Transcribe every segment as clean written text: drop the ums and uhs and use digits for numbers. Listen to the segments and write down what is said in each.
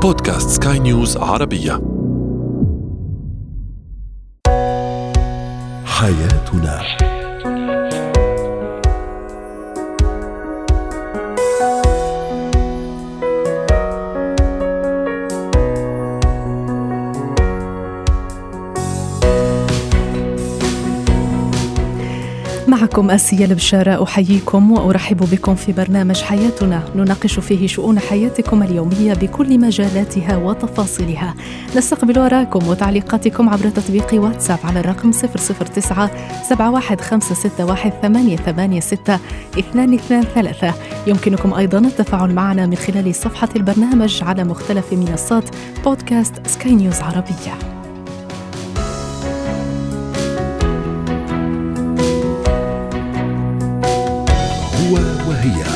بودكاست سكاي نيوز عربية. حياتنا. معكم آسيا البشارة، أحييكم وأرحب بكم في برنامج حياتنا، نناقش فيه شؤون حياتكم اليومية بكل مجالاتها وتفاصيلها. نستقبل آراءكم وتعليقاتكم عبر تطبيق واتساب على الرقم 009 71561 886 223. يمكنكم أيضا التفاعل معنا من خلال صفحة البرنامج على مختلف منصات بودكاست سكاي نيوز عربية. وهي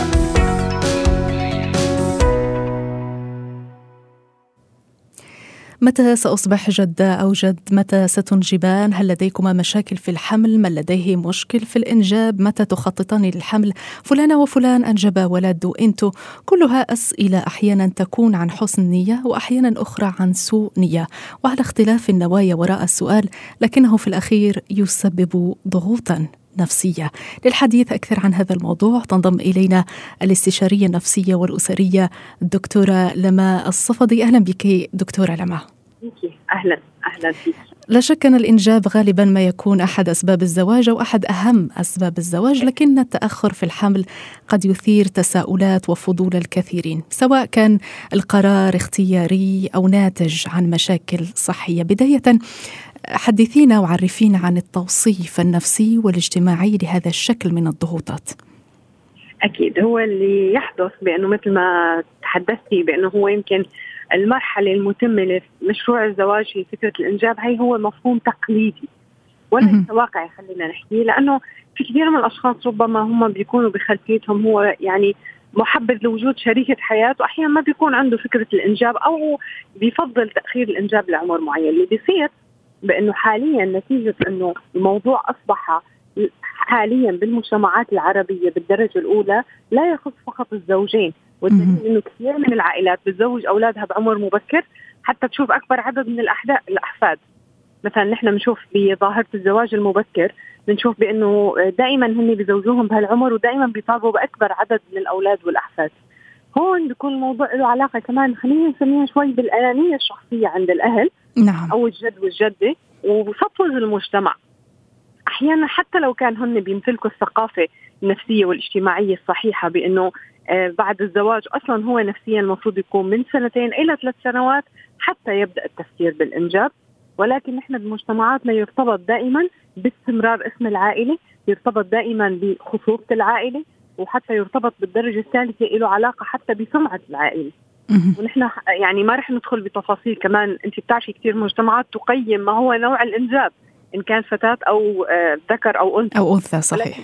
متى سأصبح جدة أو جد؟ متى ستنجبان؟ هل لديكما مشاكل في الحمل؟ من لديه مشكل في الإنجاب؟ متى تخططان للحمل؟ فلانة وفلان أنجب ولد وإنتو. كلها أسئلة أحيانا تكون عن حسن نية وأحيانا أخرى عن سوء نية، وعلى اختلاف النوايا وراء السؤال، لكنه في الأخير يسبب ضغوطا نفسية. للحديث أكثر عن هذا الموضوع تنضم إلينا الاستشارية النفسية والأسرية الدكتورة لما الصفدي. أهلا بك دكتورة لما. أهلا فيك. لا شك أن الإنجاب غالبا ما يكون أحد أسباب الزواج أو أحد أهم أسباب الزواج، لكن التأخر في الحمل قد يثير تساؤلات وفضول الكثيرين، سواء كان القرار اختياري أو ناتج عن مشاكل صحية. بداية حدثينا وعرفينا عن التوصيف النفسي والاجتماعي لهذا الشكل من الضغوطات. أكيد هو اللي يحدث بأنه مثل ما تحدثتي بأنه هو يمكن المرحلة المتمة لمشروع الزواج في فكرة الإنجاب، هي هو مفهوم تقليدي وليس واقعي، خلينا نحكي، لأنه في كثير من الأشخاص ربما هم بيكونوا بخلفيتهم هو يعني محبذ لوجود شريكة حياة، وأحيانا ما بيكون عنده فكرة الإنجاب أو بيفضل تأخير الإنجاب لعمر معين. اللي بيصير بأنه حاليا نتيجة أنه الموضوع أصبح حاليا بالمجتمعات العربية بالدرجة الأولى لا يخص فقط الزوجين، والدليل أنه كثير من العائلات بتزوج أولادها بعمر مبكر حتى تشوف أكبر عدد من الأحفاد. مثلا نحن بنشوف بظاهرة الزواج المبكر بنشوف بأنه دائما هن بيزوجوهم بهالعمر ودائما بيطالبوا بأكبر عدد من الأولاد والأحفاد. هون بيكون الموضوع له علاقة كمان، خلينا نسميها شوي بالأنانية الشخصية عند الأهل. نعم. أو الجد والجدة وسطوة المجتمع. أحيانا حتى لو كان هن بيمتلكوا الثقافة النفسية والاجتماعية الصحيحة بأنه بعد الزواج أصلا هو نفسيا المفروض يكون من 2 إلى 3 سنوات حتى يبدأ التفكير بالإنجاب، ولكن نحن بمجتمعاتنا يرتبط دائما باستمرار اسم العائلة، يرتبط دائما بخصوصة العائلة، وحتى يرتبط بالدرجة الثالثة له علاقة حتى بسمعة العائلة. ونحن يعني ما رح ندخل بتفاصيل، كمان انت بتعرفي كثير مجتمعات تقيم ما هو نوع الإنجاب إن كان فتاة أو ذكر أو أنثى. صحيح.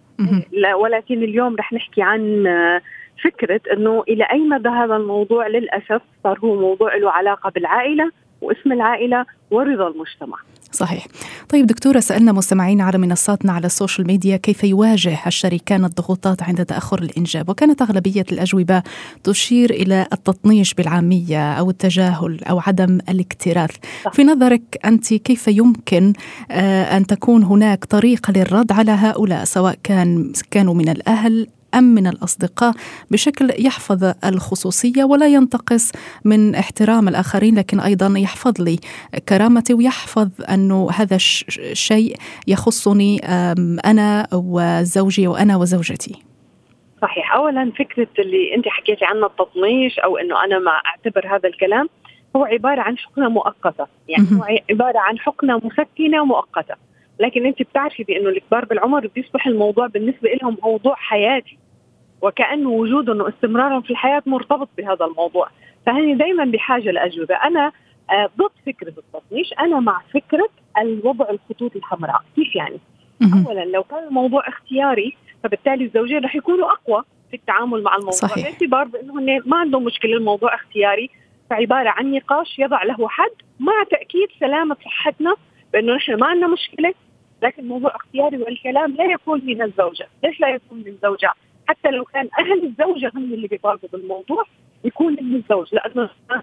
ولكن اليوم رح نحكي عن فكرة أنه إلى أي مدى هذا الموضوع للأسف صار هو موضوع له علاقة بالعائلة واسم العائلة ورضا المجتمع. صحيح. طيب دكتورة، سألنا مستمعين على منصاتنا على السوشيال ميديا كيف يواجه الشريكان الضغوطات عند تأخر الإنجاب، وكانت أغلبية الأجوبة تشير إلى التطنيش بالعامية أو التجاهل أو عدم الاكتراث. في نظرك أنت كيف يمكن أن تكون هناك طريقة للرد على هؤلاء، سواء كانوا من الأهل أم من الأصدقاء، بشكل يحفظ الخصوصية ولا ينتقص من احترام الآخرين، لكن أيضا يحفظ لي كرامتي ويحفظ أنه هذا الشيء يخصني أنا وزوجي وأنا وزوجتي؟ صحيح. أولا فكرة اللي أنت حكيتي عنها التطنيش أو أنه أنا ما أعتبر هذا الكلام هو عبارة عن حقنة مؤقتة، يعني هو عبارة عن حقنة مسكنة مؤقتة، لكن أنت بتعرفي بأنه الكبار بالعمر بيصبح الموضوع بالنسبة لهم موضوع حياتي، وكأنه وجودهم واستمرارهم في الحياة مرتبط بهذا الموضوع، فهني دايما بحاجة لأجوبة. أنا ضد فكرة التطنيش، أنا مع فكرة الوضع الخطوط الحمراء. كيف يعني؟ أولا لو كان الموضوع اختياري فبالتالي الزوجين رح يكونوا أقوى في التعامل مع الموضوع، باعتبار بأنه ما عندهم مشكلة الموضوع اختياري، فعبارة عن نقاش يضع له حد مع تأكيد سلامة صحتنا بأنه نحن ما عندنا مشكلة، لكن الموضوع اختياري والكلام لا يكون من الزوجة. ليش لا يكون من الزوجة؟ حتى لو كان أهل الزوجة هم اللي بيطالبوا بالموضوع يكون من الزوج، لأنه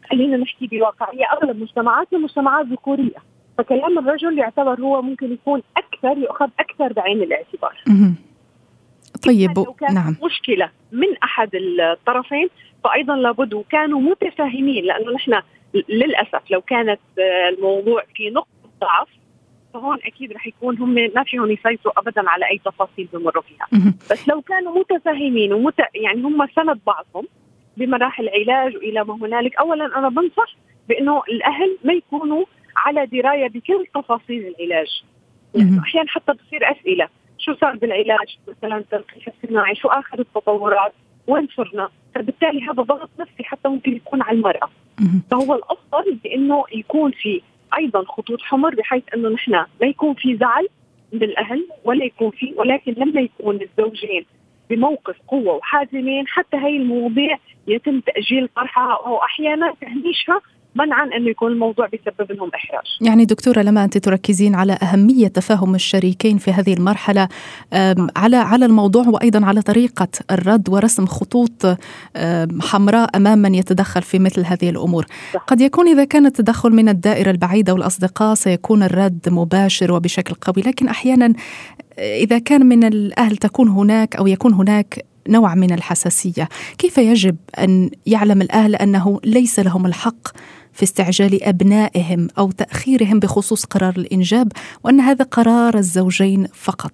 خلينا نحكي بواقعية، أغلب مجتمعاتنا مجتمعات ذكورية، فكلام الرجل يعتبر هو ممكن يكون أكثر، يؤخذ أكثر بعين الاعتبار. طيب لو كانت مشكلة من أحد الطرفين فأيضا لابد وكانوا متفاهمين، لأنه نحن للأسف لو كانت الموضوع في نقطة ضعف فهون أكيد رح يكون هم ما فيهم يسيطروا أبدا على أي تفاصيل بمروا فيها. بس لو كانوا متفاهمين يعني هم سند بعضهم بمراحل علاج وإلى ما هنالك، أولا أنا بنصح بأنه الأهل ما يكونوا على دراية بكل تفاصيل العلاج، يعني أحيانا حتى تصير أسئلة شو صار بالعلاج مثلا التلقيح الصناعي، شو آخر التطورات، وين صرنا، فبالتالي هذا ضغط نفسي حتى ممكن يكون على المرأة. فهو الأفضل بأنه يكون في أيضا خطوط حمر بحيث أنه نحن لا يكون في زعل من الأهل ولا يكون في، ولكن لما يكون الزوجين بموقف قوة وحازمين حتى هاي المواضيع يتم تأجيل طرحها أو أحيانا تهميشها منعا أنه يكون الموضوع بيسبب لهم إحراج. يعني دكتورة لما أنت تركزين على أهمية تفاهم الشريكين في هذه المرحلة على الموضوع وأيضا على طريقة الرد ورسم خطوط حمراء أمام من يتدخل في مثل هذه الأمور. صح. قد يكون إذا كان التدخل من الدائرة البعيدة والأصدقاء سيكون الرد مباشر وبشكل قوي، لكن أحيانا إذا كان من الأهل تكون هناك أو يكون هناك نوع من الحساسية، كيف يجب أن يعلم الأهل أنه ليس لهم الحق في استعجال أبنائهم أو تأخيرهم بخصوص قرار الإنجاب، وأن هذا قرار الزوجين فقط؟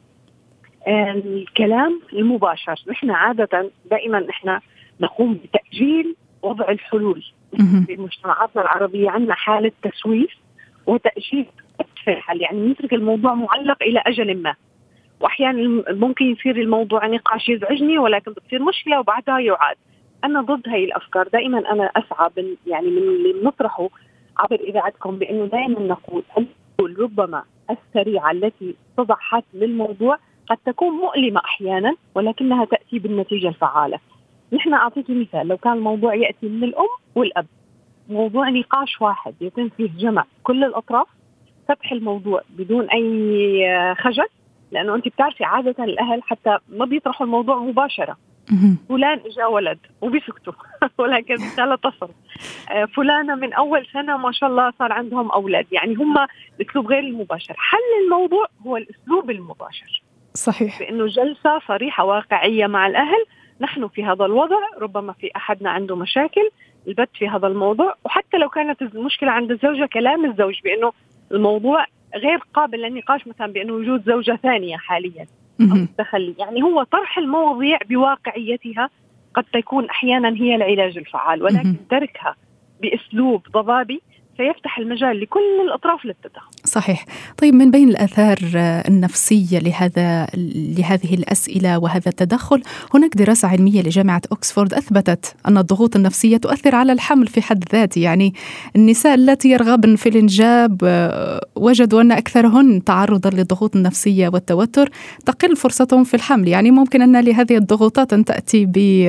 الكلام المباشر، نحن عادة دائما نحن نقوم بتأجيل وضع الحلول. في مجتمعاتنا العربية عندنا حالة تسويف وتأجيل الحل، يعني نترك الموضوع معلق إلى أجل ما، وأحيانا ممكن يصير الموضوع نقاش يزعجني ولكن بتصير مشكلة وبعدها يعاد. أنا ضد هاي الأفكار، دائما أنا أسعى يعني من اللي نطرحه عبر إذاعتكم بأنه دائما نقول ربما السريعة التي تضع حد للموضوع قد تكون مؤلمة أحيانا ولكنها تأتي بالنتيجة الفعالة. نحن أعطيك مثال، لو كان الموضوع يأتي من الأم والأب، موضوع نقاش واحد يتم فيه جمع كل الأطراف، فتح الموضوع بدون أي خجل، لأنه أنت بتعرفي عادة الأهل حتى ما بيطرحوا الموضوع مباشرة. فلان إجا ولد وبيسكتوا ولكن لا تصل، فلانة من أول سنة ما شاء الله صار عندهم أولاد، يعني هم الأسلوب غير المباشر. حل الموضوع هو الأسلوب المباشر. صحيح، بأنه جلسة صريحة واقعية مع الأهل، نحن في هذا الوضع، ربما في أحدنا عنده مشاكل، البت في هذا الموضوع. وحتى لو كانت المشكلة عند الزوجة، كلام الزوج بأنه الموضوع غير قابل للنقاش، مثلا بأنه وجود زوجة ثانية حاليا أو التخلي، يعني هو طرح المواضيع بواقعيتها قد تكون أحيانا هي العلاج الفعال، ولكن تركها بأسلوب ضبابي سيفتح المجال لكل الأطراف للتدخل. صحيح. طيب، من بين الآثار النفسية لهذه الأسئلة وهذا التدخل، هناك دراسة علمية لجامعة أكسفورد أثبتت أن الضغوط النفسية تؤثر على الحمل في حد ذاته. يعني النساء التي يرغبن في الإنجاب وجدوا أن أكثرهن تعرضا للضغوط النفسية والتوتر تقل فرصتهم في الحمل. يعني ممكن أن لهذه الضغوطات أن تأتي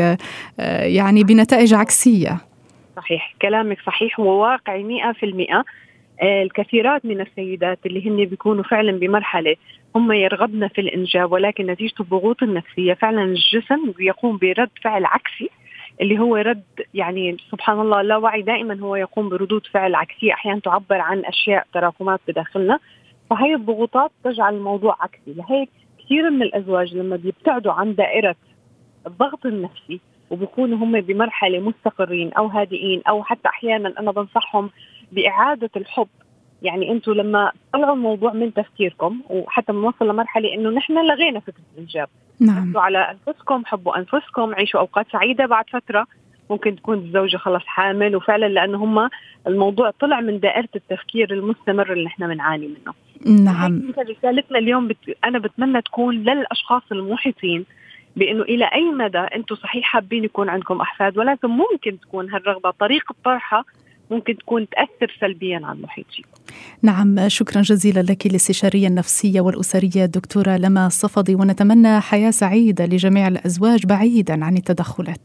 بنتائج عكسية. صحيح، كلامك صحيح وواقعي 100%. الكثيرات من السيدات اللي هن بيكونوا فعلا بمرحلة هم يرغبن في الإنجاب، ولكن نتيجة الضغوط النفسية فعلا الجسم بيقوم برد فعل عكسي، اللي هو رد، يعني سبحان الله لا وعي دائما هو يقوم بردود فعل عكسية أحيانا تعبر عن أشياء تراكمات بداخلنا، فهي الضغوطات تجعل الموضوع عكسي. لهيك كثير من الأزواج لما بيبتعدوا عن دائرة الضغط النفسي وبيكونوا هم بمرحلة مستقرين أو هادئين، أو حتى أحيانا أنا بنصحهم بإعادة الحب. يعني أنتوا لما طلعوا الموضوع من تفكيركم، وحتى بنوصل لمرحلة إنه نحن لغينا فكرة الإنجاب، حطوا على أنفسكم، حبوا أنفسكم، عيشوا أوقات سعيدة. بعد فترة ممكن تكون الزوجة خلص حامل، وفعلا لأنه هم الموضوع طلع من دائرة التفكير المستمر اللي نحن بنعاني منه. نعم. رسالتنا اليوم أنا بتمنى تكون للأشخاص المحيطين بأنه إلى أي مدى أنتم صحيح حابين يكون عندكم أحفاد، ولكن ممكن تكون هالرغبة طريقة طرحها ممكن تكون تأثر سلبيا على المحيط فيكم. نعم، شكرا جزيلا لك الاستشارية النفسية والأسرية الدكتورة لما الصفدي، ونتمنى حياة سعيدة لجميع الأزواج بعيدا عن التدخلات.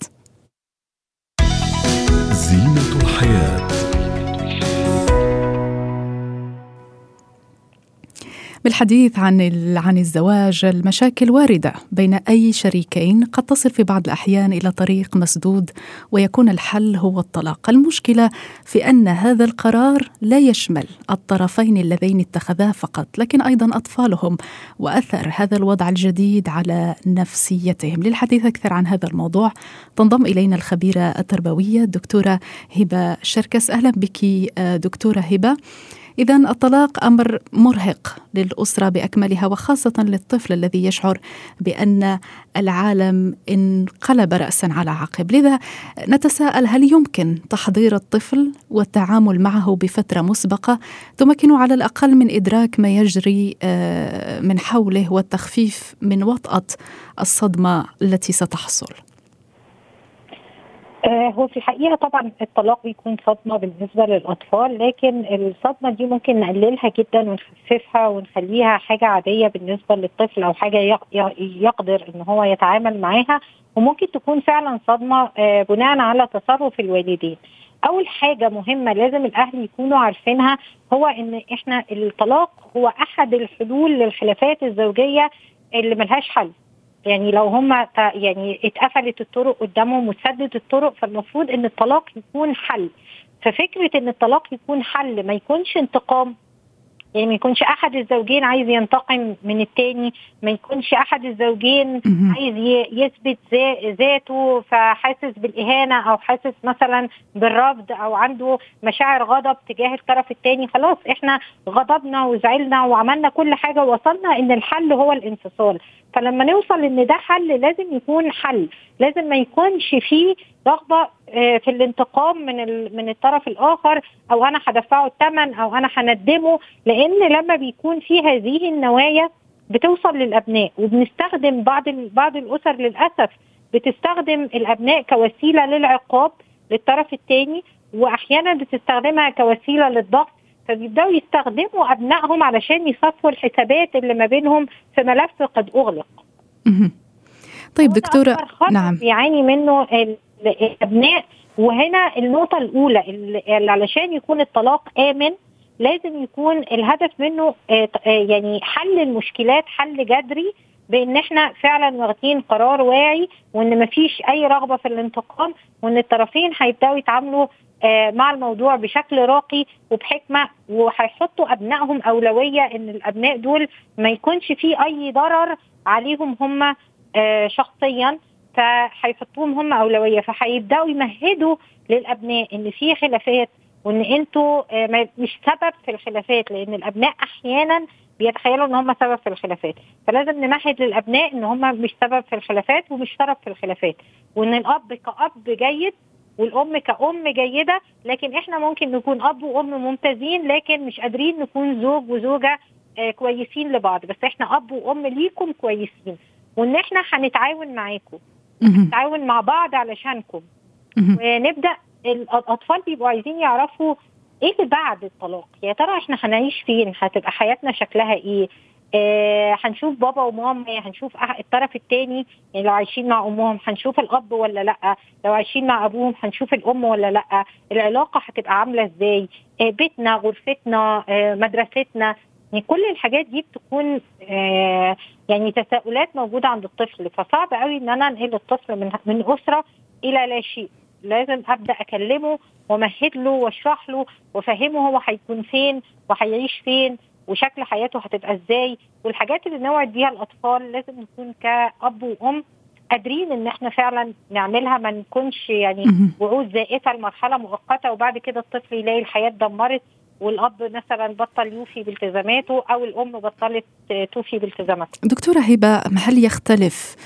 زينة الحياة. للحديث عن الزواج، المشاكل واردة بين أي شريكين قد تصل في بعض الأحيان إلى طريق مسدود ويكون الحل هو الطلاق. المشكلة في أن هذا القرار لا يشمل الطرفين اللذين اتخذاه فقط، لكن أيضا أطفالهم وأثر هذا الوضع الجديد على نفسيتهم. للحديث أكثر عن هذا الموضوع تنضم إلينا الخبيرة التربوية الدكتورة هبة شركس. أهلا بك دكتورة هبة. إذن الطلاق أمر مرهق للأسرة بأكملها، وخاصة للطفل الذي يشعر بأن العالم انقلب رأسا على عقب. لذا نتساءل، هل يمكن تحضير الطفل والتعامل معه بفترة مسبقة تمكنه على الأقل من إدراك ما يجري من حوله والتخفيف من وطأة الصدمة التي ستحصل؟ هو في الحقيقة طبعا الطلاق بيكون صدمة بالنسبة للأطفال، لكن الصدمة دي ممكن نقللها جدا ونخففها ونخليها حاجة عادية بالنسبة للطفل أو حاجة يقدر إن هو يتعامل معاها، وممكن تكون فعلا صدمة بناء على تصرف الوالدين. أول حاجة مهمة لازم الأهل يكونوا عارفينها هو إن إحنا الطلاق هو أحد الحلول للخلافات الزوجية اللي ملهاش حل. يعني لو هم يعني اتقفلت الطرق قدامهم وتسدد الطرق، فالمفروض ان الطلاق يكون حل. ففكرة ان الطلاق يكون حل، ما يكونش انتقام، يعني ما يكونش احد الزوجين عايز ينتقم من التاني، ما يكونش احد الزوجين عايز يثبت ذاته فحاسس بالاهانة او حاسس مثلا بالرفض او عنده مشاعر غضب تجاه الطرف التاني. خلاص احنا غضبنا وزعلنا وعملنا كل حاجة ووصلنا ان الحل هو الانفصال. فلما نوصل ان ده حل لازم يكون حل، لازم ما يكونش فيه رغبة في الانتقام من الطرف الآخر، أو أنا هدفعه الثمن أو أنا هندمه. لأن لما بيكون في هذه النوايا بتوصل للأبناء، وبنستخدم بعض الأسر للأسف بتستخدم الأبناء كوسيلة للعقاب للطرف الثاني، وأحيانا بتستخدمها كوسيلة للضغط. فبيبدأوا يستخدموا أبنائهم علشان يصفوا الحسابات اللي ما بينهم في ملف قد أغلق. طيب دكتورة، نعم، بيعاني منه الأبناء. وهنا النقطة الأولى اللي علشان يكون الطلاق آمن لازم يكون الهدف منه يعني حل المشكلات حل جذري، بأن احنا فعلا واخدين قرار واعي، وأن مفيش أي رغبة في الانتقام، وأن الطرفين هيبدأوا يتعاملوا مع الموضوع بشكل راقي وبحكمة، وهيحطوا أبنائهم أولوية، أن الأبناء دول ما يكونش فيه أي ضرر عليهم هم شخصيا، فهيحطوهم هم أولوية. فهيبدأوا يمهدوا للأبناء إن في خلافات، وإن أنتوا مش سبب في الخلافات، لأن الأبناء أحيانا بيتخيلوا إن هم سبب في الخلافات. فلازم نمهد للأبناء إن هم مش سبب في الخلافات ومش طرف في الخلافات، وإن الأب كأب جيد والأم كأم جيدة، لكن إحنا ممكن نكون أب وأم ممتازين لكن مش قادرين نكون زوج وزوجة كويسين لبعض، بس إحنا أب وأم ليكم كويسين، وإن إحنا هنتعاون معاكم، نتعاون مع بعض علشانكم. ونبدأ الأطفال بيبقوا عايزين يعرفوا إيه اللي بعد الطلاق. يا ترى إحنا هنعيش فين؟ هتبقى حياتنا شكلها إيه؟ هنشوف بابا وماما، هنشوف الطرف التاني، يعني لو عايشين مع أمهم هنشوف الأب ولا لأ، لو عايشين مع أبوهم هنشوف الأم ولا لأ، العلاقة هتبقى عاملة إزاي، بيتنا، غرفتنا، مدرستنا. يعني كل الحاجات دي بتكون يعني تساؤلات موجودة عند الطفل. فصعب قوي ان انا انقل الطفل من أسرة الى لا شيء. لازم ابدأ اكلمه ومهد له واشرح له وفهمه هو هيكون فين وهيعيش فين وشكل حياته هتبقى ازاي. والحاجات اللي نوعد بيها الاطفال لازم نكون كأب وام قادرين ان احنا فعلا نعملها، ما نكونش يعني وعود زائفة لمرحلة مؤقتة وبعد كده الطفل يلاقي الحياة اتدمرت، والأب مثلا بطل يوفي بالتزاماته أو الأم بطلت توفي بالتزاماتها. دكتورة هبة، هل يختلف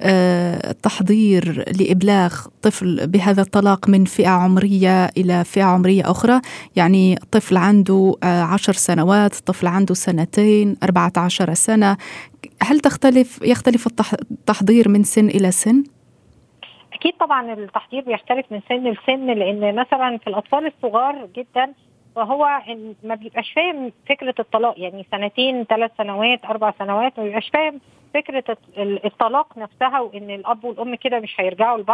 التحضير لإبلاغ طفل بهذا الطلاق من فئة عمرية إلى فئة عمرية أخرى؟ يعني طفل عنده 10 سنوات، طفل عنده 2 14 سنة، هل يختلف التحضير من سن إلى سن؟ أكيد طبعا التحضير بيختلف من سن لسن، لأن مثلا في الأطفال الصغار جدا وهو ما بيبقاش فاهم فكرة الطلاق، يعني 2 3 سنوات 4 سنوات ما بيبقاش فاهم فكرة الطلاق نفسها، وإن الأب والأم كده مش هيرجعوا لبعض.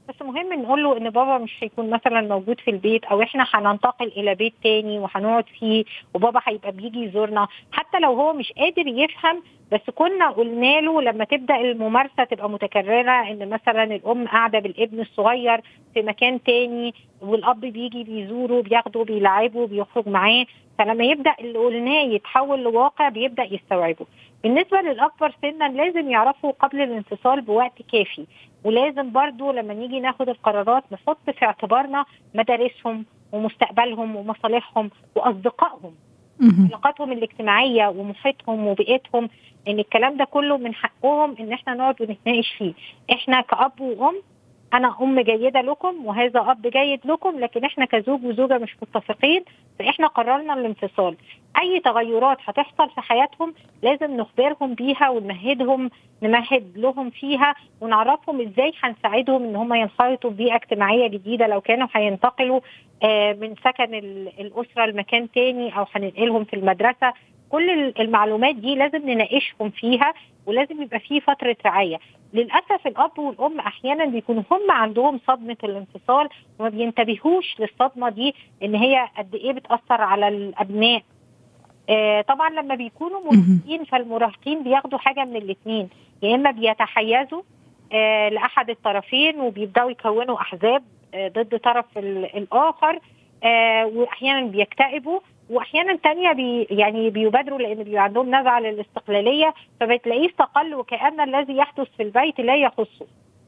بس مهم نقول له ان بابا مش هيكون مثلا موجود في البيت، او احنا هننتقل الى بيت تاني وهنقعد فيه وبابا هيبقى بيجي يزورنا. حتى لو هو مش قادر يفهم، بس كنا قلنا له لما تبدأ الممارسة تبقى متكررة ان مثلا الام قاعدة بالابن الصغير في مكان تاني والاب بيجي بيزوره بياخده بيلعبه بيخرج معاه، فلما يبدأ اللي قلناه يتحول لواقع بيبدأ يستوعبه. بالنسبة للأكبر سنا لازم يعرفوا قبل الانفصال بوقت كافي، ولازم برضو لما نيجي ناخد القرارات نحط في اعتبارنا مدارسهم ومستقبلهم ومصالحهم وأصدقائهم، علاقاتهم الاجتماعية ومحيطهم وبيئتهم، ان الكلام ده كله من حقهم ان احنا نقعد ونتناقش فيه. احنا كأب وأم، أنا أم جيدة لكم وهذا أب جيد لكم، لكن إحنا كزوج وزوجة مش متفقين، فإحنا قررنا الانفصال. أي تغيرات هتحصل في حياتهم لازم نخبرهم بيها نمهد لهم فيها، ونعرفهم إزاي هنساعدهم إن هم ينخرطوا ببيئة اجتماعية جديدة لو كانوا هينتقلوا من سكن الأسرة لمكان تاني أو هننقلهم في المدرسة. كل المعلومات دي لازم نناقشهم فيها، ولازم يبقى فيه فترة رعاية. للأسف الأب والأم أحيانا بيكونوا هم عندهم صدمة الانفصال وما بينتبهوش للصدمة دي إن هي قد إيه بتأثر على الأبناء. طبعا لما بيكونوا مراهقين فالمراهقين بياخدوا حاجة من الاثنين، يا إما بيتحيزوا لأحد الطرفين وبيبدأوا يكونوا أحزاب ضد طرف الآخر، وأحيانا بيكتئبوا، واحيانا تانية يعني بيبادروا لان بيبقى عندهم نزعه للاستقلاليه، فبتلاقيه استقل وكأن الذي يحدث في البيت لا يخصه.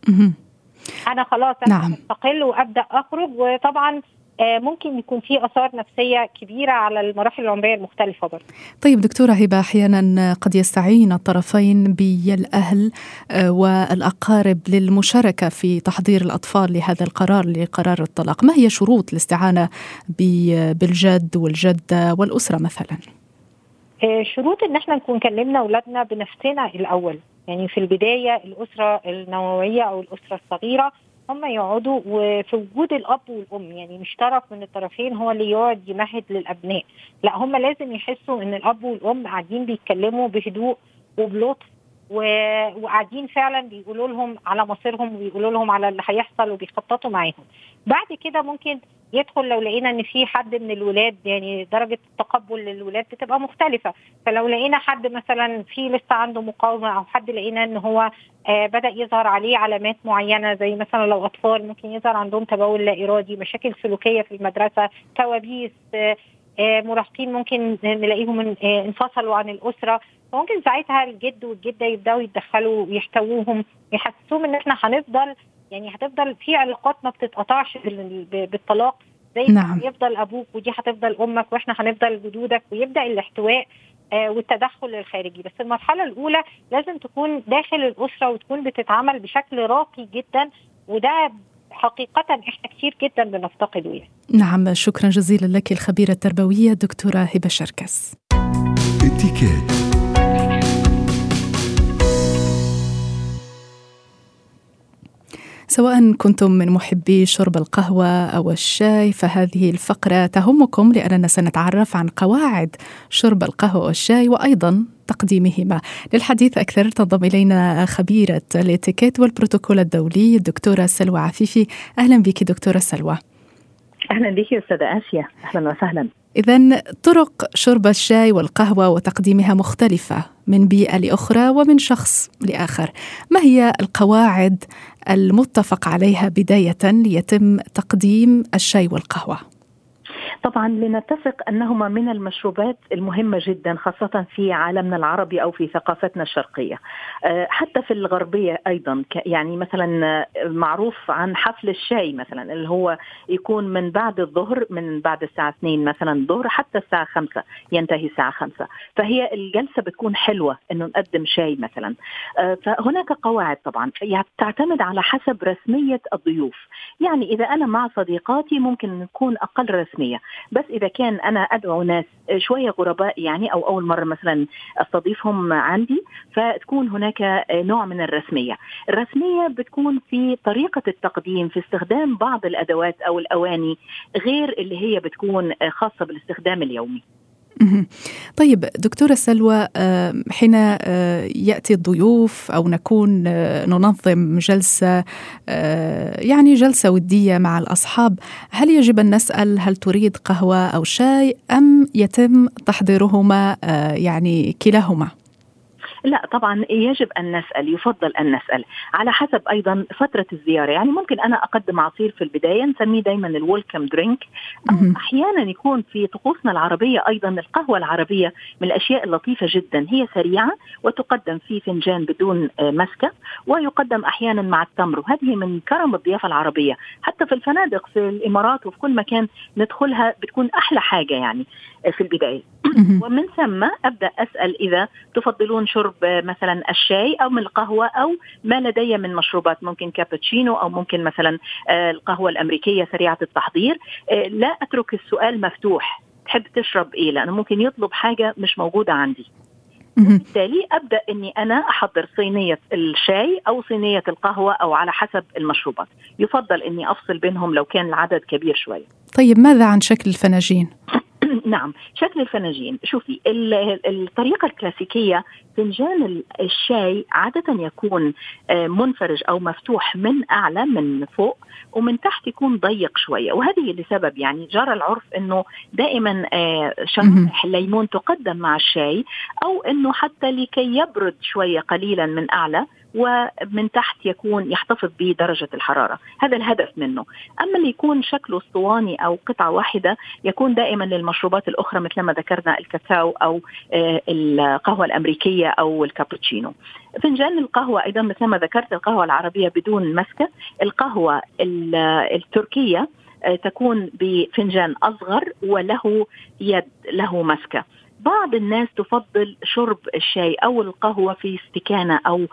انا خلاص انا استقل وابدا اخرج، وطبعا ممكن يكون في آثار نفسية كبيرة على المراحل العمرية المختلفة برضه. طيب دكتورة هبة، أحيانا قد يستعين الطرفين بالأهل والأقارب للمشاركة في تحضير الأطفال لهذا القرار، لقرار الطلاق. ما هي شروط الاستعانة بالجد والجدة والأسرة مثلا؟ شروط إن احنا نكون كلمنا أولادنا بنفسنا الأول، يعني في البداية الأسرة النووية أو الأسرة الصغيرة هم يقعدوا وفي وجود الأب والأم، يعني مش طرف من الطرفين هو اللي يقعد يمهد للأبناء، لا هم لازم يحسوا إن الأب والأم قاعدين بيتكلموا بهدوء وبلطف وقاعدين فعلا بيقولوا لهم على مصيرهم وبيقولوا لهم على اللي هيحصل وبيخططوا معاهم. بعد كده ممكن يدخل لو لقينا ان في حد من الولاد، يعني درجة التقبل للولاد بتبقى مختلفة، فلو لقينا حد مثلا في لسه عنده مقاومة او حد لقينا ان هو بدأ يظهر عليه علامات معينة، زي مثلا لو اطفال ممكن يظهر عندهم تبول لا ارادي، مشاكل سلوكية في المدرسة، كوابيس، مراهقين ممكن نلاقيهم انفصلوا عن الأسرة، فممكن ساعتها الجد والجدة يبدأوا يتدخلوا ويحتووهم، يحسسوهم ان احنا هتفضل في علاقات ما بتتقطعش بالطلاق، زي نعم. يفضل ابوك ودي هتفضل امك واحنا هنفضل جدودك، ويبدأ الاحتواء والتدخل الخارجي. بس المرحلة الأولى لازم تكون داخل الأسرة وتكون بتتعامل بشكل راقي جدا، وده حقيقة احنا كتير جدا بنفتقده يعني. نعم، شكرا جزيلا لك الخبيرة التربوية دكتورة هبة شركس. سواء كنتم من محبي شرب القهوة أو الشاي، فهذه الفقرة تهمكم، لأننا سنتعرف عن قواعد شرب القهوة والشاي وأيضا تقديمهما. للحديث أكثر تنضم إلينا خبيرة الاتيكيت والبروتوكول الدولي الدكتورة سلوى عفيفي. أهلا بك دكتورة سلوى. أهلا بك أستاذة آسيا، أهلا وسهلا. إذن طرق شرب الشاي والقهوة وتقديمها مختلفة من بيئة لأخرى ومن شخص لآخر. ما هي القواعد المتفق عليها بداية ليتم تقديم الشاي والقهوة؟ طبعا لنتفق أنهما من المشروبات المهمة جدا، خاصة في عالمنا العربي أو في ثقافتنا الشرقية، حتى في الغربية أيضا. يعني مثلا معروف عن حفل الشاي مثلا اللي هو يكون من بعد الظهر، من بعد الساعة 2 مثلا الظهر حتى الساعة 5، ينتهي الساعة 5، فهي الجلسة بتكون حلوة أنه نقدم شاي مثلا. فهناك قواعد طبعا تعتمد على حسب رسمية الضيوف. يعني إذا أنا مع صديقاتي ممكن نكون أقل رسمية، بس إذا كان أنا أدعو ناس شوية غرباء يعني أو أول مرة مثلا أستضيفهم عندي، فتكون هناك نوع من الرسمية. الرسمية بتكون في طريقة التقديم، في استخدام بعض الأدوات أو الأواني غير اللي هي بتكون خاصة بالاستخدام اليومي. طيب دكتورة سلوى، حين يأتي الضيوف أو نكون ننظم جلسة يعني جلسة ودية مع الأصحاب، هل يجب أن نسأل هل تريد قهوة أو شاي أم يتم تحضيرهما يعني كلاهما؟ لا طبعا يجب أن نسأل، يفضل أن نسأل على حسب أيضا فترة الزيارة. يعني ممكن أنا أقدم عصير في البداية نسميه دايما الويلكم درينك، أو أحيانا يكون في طقوسنا العربية أيضا القهوة العربية من الأشياء اللطيفة جدا، هي سريعة وتقدم في فنجان بدون مسكة، ويقدم أحيانا مع التمر، وهذه من كرم الضيافة العربية. حتى في الفنادق في الإمارات وفي كل مكان ندخلها بتكون أحلى حاجة يعني في البداية. ومن ثم أبدأ أسأل إذا تفضلون شرب مثلا الشاي أو من القهوة أو ما لدي من مشروبات، ممكن كابتشينو أو ممكن مثلا القهوة الأمريكية سريعة التحضير. لا أترك السؤال مفتوح، تحب تشرب إيه، لأنه ممكن يطلب حاجة مش موجودة عندي. وبالتالي أبدأ أني أنا أحضر صينية الشاي أو صينية القهوة أو على حسب المشروبات. يفضل أني أفصل بينهم لو كان العدد كبير شوية. طيب ماذا عن شكل الفناجين؟ نعم، شكل الفناجين. شوفي الطريقة الكلاسيكية فنجان الشاي عادة يكون منفرج أو مفتوح من أعلى من فوق، ومن تحت يكون ضيق شوية، وهذه لسبب يعني جرى العرف أنه دائما شرائح الليمون تقدم مع الشاي، أو أنه حتى لكي يبرد شوية قليلا من أعلى ومن تحت يكون يحتفظ بدرجة الحرارة. هذا الهدف منه. أما اللي يكون شكله اسطواني أو قطعة واحدة يكون دائما للمشروبات الأخرى مثل ما ذكرنا الكاكاو أو القهوة الأمريكية أو الكابتشينو. فنجان القهوة أيضا مثل ما ذكرت القهوة العربية بدون مسكة. القهوة التركية تكون بفنجان أصغر وله يد له مسكة. بعض الناس تفضل شرب الشاي أو القهوة في استكانة أو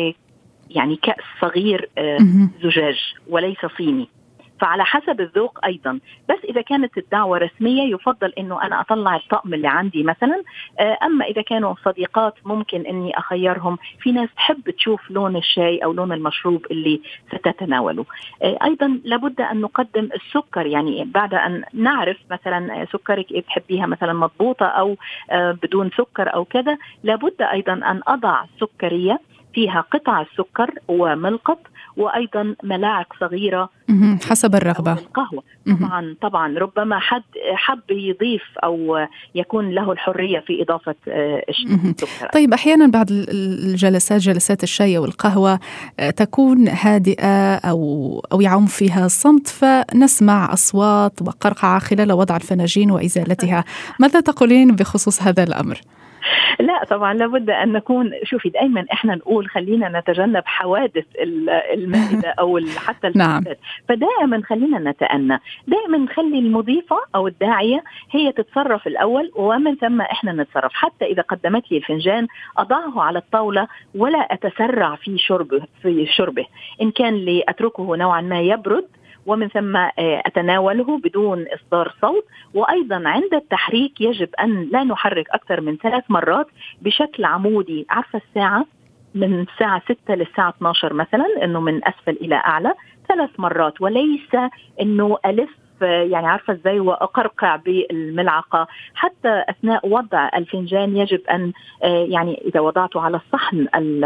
يعني كأس صغير زجاج وليس صيني، فعلى حسب الذوق أيضا. بس إذا كانت الدعوة رسمية يفضل أنه أنا أطلع الطقم اللي عندي مثلا. أما إذا كانوا صديقات ممكن أني أخيرهم، في ناس تحب تشوف لون الشاي أو لون المشروب اللي ستتناوله. أيضا لابد أن نقدم السكر، يعني بعد أن نعرف مثلا سكرك إيه تحبيها، مثلا مضبوطة أو بدون سكر أو كذا، لابد أيضا أن أضع سكرية فيها قطع السكر وملقط، وأيضا ملاعق صغيرة حسب الرغبة. القهوة طبعا ربما حد حب يضيف أو يكون له الحرية في إضافة السكر. طيب أحيانا بعض الجلسات جلسات الشاي والقهوة تكون هادئة أو يعم فيها الصمت، فنسمع أصوات وقرقعة خلال وضع الفناجين وإزالتها. ماذا تقولين بخصوص هذا الأمر؟ لا طبعا لابد أن نكون، شوفي دائما إحنا نقول خلينا نتجنب حوادث المائدة أو حتى نعم. فدائما خلينا نتأنى، دائما نخلي المضيفة أو الداعية هي تتصرف الأول، ومن ثم إحنا نتصرف. حتى إذا قدمت لي الفنجان أضعه على الطاولة ولا أتسرع في شربه. إن كان لي أتركه نوعا ما يبرد ومن ثم أتناوله بدون إصدار صوت. وأيضا عند التحريك يجب أن لا نحرك أكثر من 3 مرات بشكل عمودي. عارفة الساعة من الساعة 6 للساعة 12 مثلا، أنه من أسفل إلى أعلى 3 مرات، وليس أنه ألف يعني عارفة ازاي وأقرقع بالملعقة. حتى أثناء وضع الفنجان يجب أن يعني إذا وضعته على الصحن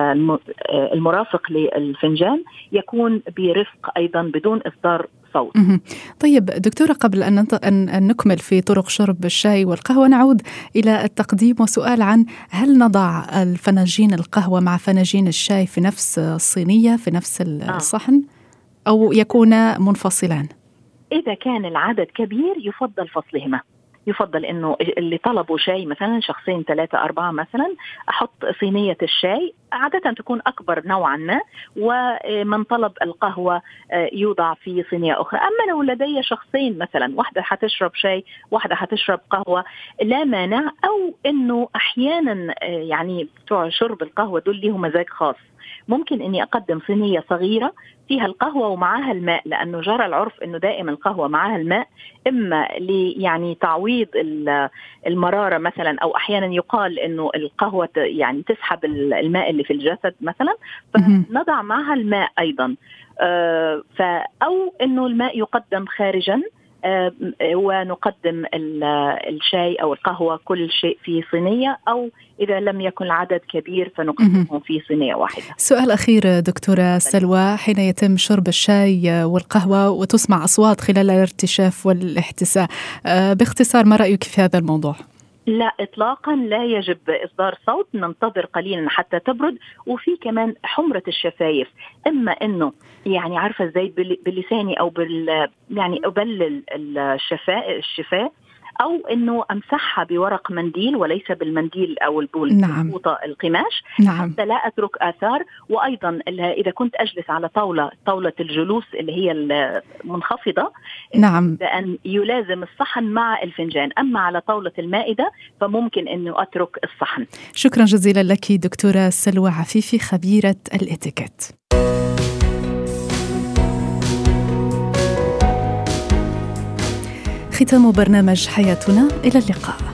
المرافق للفنجان يكون برفق أيضا بدون إصدار صوت. طيب دكتورة، قبل أن نكمل في طرق شرب الشاي والقهوة نعود إلى التقديم وسؤال عن هل نضع الفناجين القهوة مع فناجين الشاي في نفس الصينية في نفس الصحن أو يكون منفصلان؟ إذا كان العدد كبير يفضل فصلهما. يفضل إنه اللي طلبوا شاي مثلا 2 3 4 مثلا أحط صينية الشاي عادة تكون أكبر نوعا ما، ومن طلب القهوة يوضع في صينية أخرى. أما لو لدي شخصين مثلا، واحدة حتشرب شاي واحدة حتشرب قهوة، لا مانع. أو إنه أحيانا يعني بتوع شرب القهوة دول ليهم مزاج خاص، ممكن إني أقدم صينية صغيرة فيها القهوة ومعها الماء، لأنه جرى العرف إنه دائما القهوة معها الماء، إما يعني تعويض المرارة مثلا، أو أحيانا يقال إنه القهوة يعني تسحب الماء اللي في الجسد مثلا، فنضع معها الماء أيضا. أو إنه الماء يقدم خارجا ونقدم الشاي أو القهوة كل شيء في صينية، أو إذا لم يكن العدد كبير فنقدمهم في صينية واحدة. سؤال أخير دكتورة سلوى، حين يتم شرب الشاي والقهوة وتسمع أصوات خلال الارتشاف والاحتساء، باختصار ما رأيك في هذا الموضوع؟ لا إطلاقا، لا يجب إصدار صوت، ننتظر قليلا حتى تبرد. وفي كمان حمرة الشفايف، إما إنه يعني عارفة زي باللساني أو يعني أبلل الشفاه، أو إنه أمسحها بورق منديل وليس بالمنديل أو البوطة القماش، حتى لا أترك آثار. وأيضا إذا كنت أجلس على طاولة الجلوس اللي هي المنخفضة، بأن يلازم الصحن مع الفنجان. أما على طاولة المائدة فممكن أنه أترك الصحن. شكرا جزيلا لك دكتورة سلوى عفيفي، خبيرة الإتيكيت. ختام برنامج حياتنا، إلى اللقاء.